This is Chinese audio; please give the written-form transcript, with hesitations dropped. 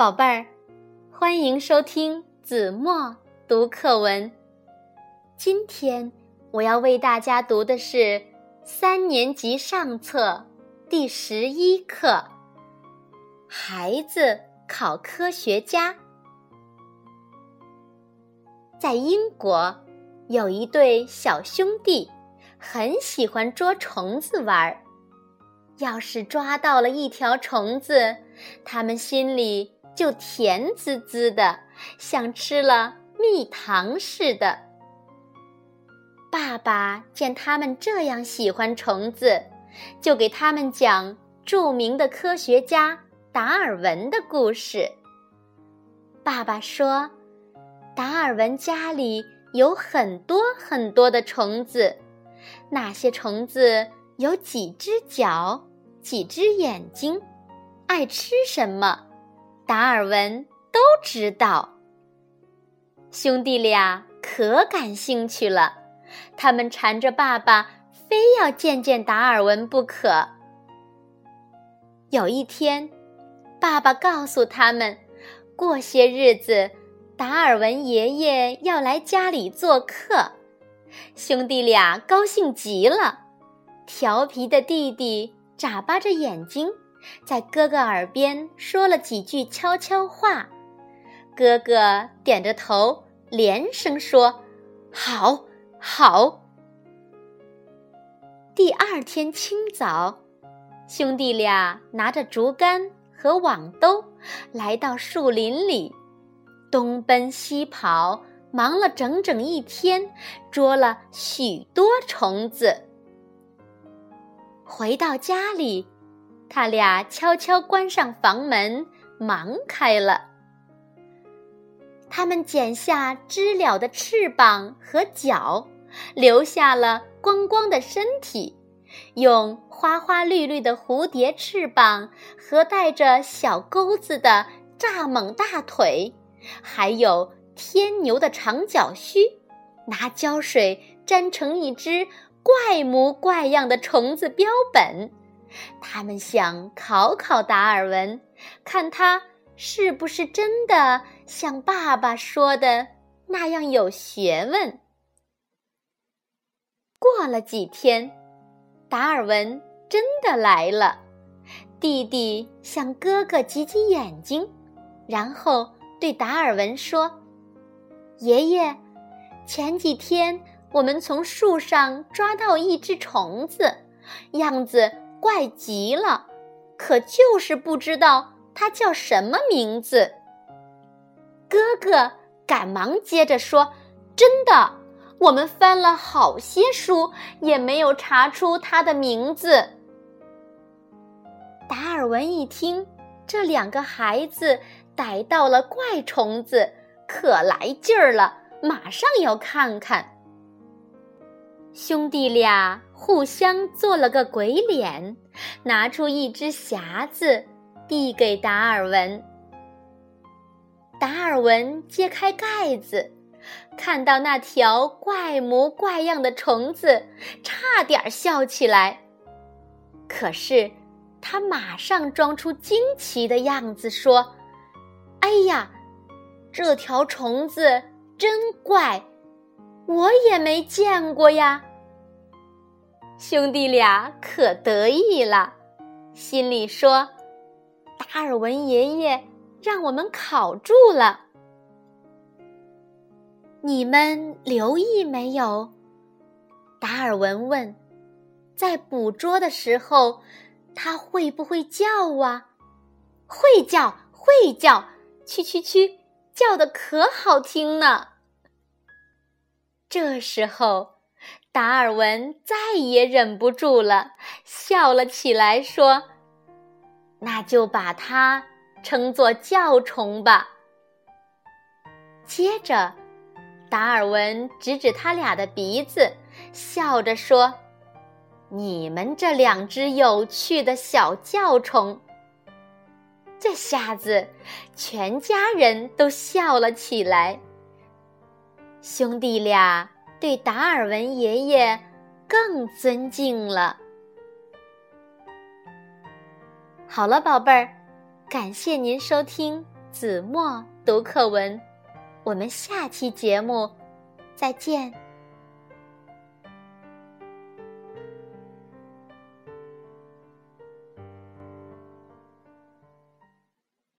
宝贝儿，欢迎收听子墨读课文。今天我要为大家读的是3年级上册第11课，孩子考科学家。在英国，有一对小兄弟，很喜欢捉虫子玩。要是抓到了一条虫子，他们心里就甜滋滋的，像吃了蜜糖似的。爸爸见他们这样喜欢虫子，就给他们讲著名的科学家达尔文的故事。爸爸说，达尔文家里有很多很多的虫子，那些虫子有几只脚，几只眼睛，爱吃什么，达尔文都知道。兄弟俩可感兴趣了，他们缠着爸爸非要见见达尔文不可。有一天，爸爸告诉他们，过些日子达尔文爷爷要来家里做客。兄弟俩高兴极了，调皮的弟弟眨巴着眼睛，在哥哥耳边说了几句悄悄话。哥哥点着头，连声说：好，好。第二天清早，兄弟俩拿着竹竿和网兜来到树林里，东奔西跑，忙了整整一天，捉了许多虫子。回到家里，他俩悄悄关上房门，忙开了。他们剪下知了的翅膀和脚，留下了光光的身体，用花花绿绿的蝴蝶翅膀和带着小钩子的蚱蜢大腿，还有天牛的长脚须，拿胶水粘成一只怪模怪样的虫子标本。他们想考考达尔文，看他是不是真的像爸爸说的那样有学问。过了几天，达尔文真的来了。弟弟向哥哥挤挤眼睛，然后对达尔文说：爷爷，前几天我们从树上抓到一只虫子，样子怪极了，可就是不知道它叫什么名字。哥哥赶忙接着说：真的，我们翻了好些书，也没有查出它的名字。达尔文一听，这2个孩子逮到了怪虫子，可来劲儿了，马上要看看。兄弟俩互相做了个鬼脸，拿出一只匣子递给达尔文。达尔文揭开盖子，看到那条怪模怪样的虫子，差点笑起来。可是他马上装出惊奇的样子说：哎呀，这条虫子真怪，我也没见过呀。兄弟俩可得意了，心里说：达尔文爷爷让我们考住了。你们留意没有？达尔文问，在捕捉的时候，他会不会叫啊？会叫，会叫，蛐蛐蛐，叫得可好听呢。这时候，达尔文再也忍不住了，笑了起来，说：那就把它称作叫虫吧。接着，达尔文指指他俩的鼻子，笑着说：你们这2只有趣的小叫虫。这下子全家人都笑了起来。兄弟俩对达尔文爷爷更尊敬了。好了，宝贝儿，感谢您收听子墨读课文。我们下期节目再见。